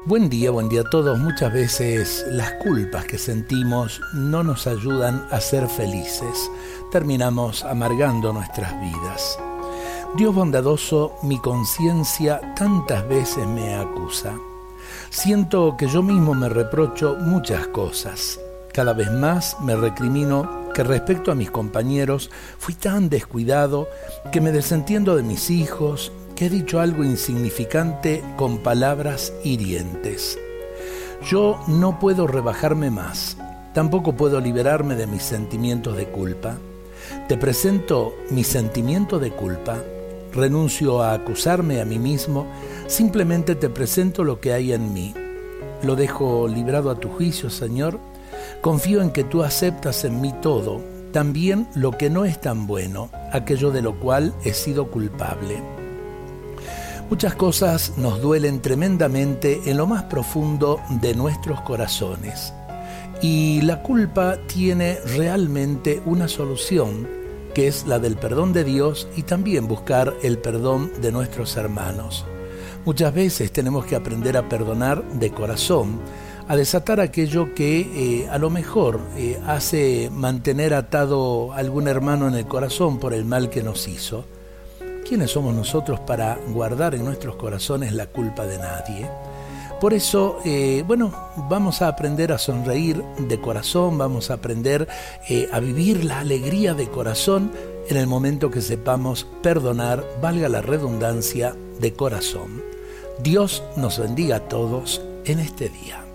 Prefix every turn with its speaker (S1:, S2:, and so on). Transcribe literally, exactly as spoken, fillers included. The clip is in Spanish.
S1: Buen día, buen día a todos. Muchas veces las culpas que sentimos no nos ayudan a ser felices. Terminamos amargando nuestras vidas. Dios bondadoso, mi conciencia tantas veces me acusa. Siento que yo mismo me reprocho muchas cosas. Cada vez más me recrimino que respecto a mis compañeros fui tan descuidado que me desentiendo de mis hijos, que he dicho algo insignificante con palabras hirientes. Yo no puedo rebajarme más, tampoco puedo liberarme de mis sentimientos de culpa. Te presento mi sentimiento de culpa, renuncio a acusarme a mí mismo, simplemente te presento lo que hay en mí. Lo dejo librado a tu juicio, Señor. Confío en que tú aceptas en mí todo, también lo que no es tan bueno, aquello de lo cual he sido culpable. Muchas cosas nos duelen tremendamente en lo más profundo de nuestros corazones. Y la culpa tiene realmente una solución, que es la del perdón de Dios y también buscar el perdón de nuestros hermanos. Muchas veces tenemos que aprender a perdonar de corazón, a desatar aquello que eh, a lo mejor eh, hace mantener atado a algún hermano en el corazón por el mal que nos hizo. ¿Quiénes somos nosotros para guardar en nuestros corazones la culpa de nadie? Por eso, eh, bueno, vamos a aprender a sonreír de corazón, vamos a aprender eh, a vivir la alegría de corazón en el momento que sepamos perdonar, valga la redundancia, de corazón. Dios nos bendiga a todos en este día.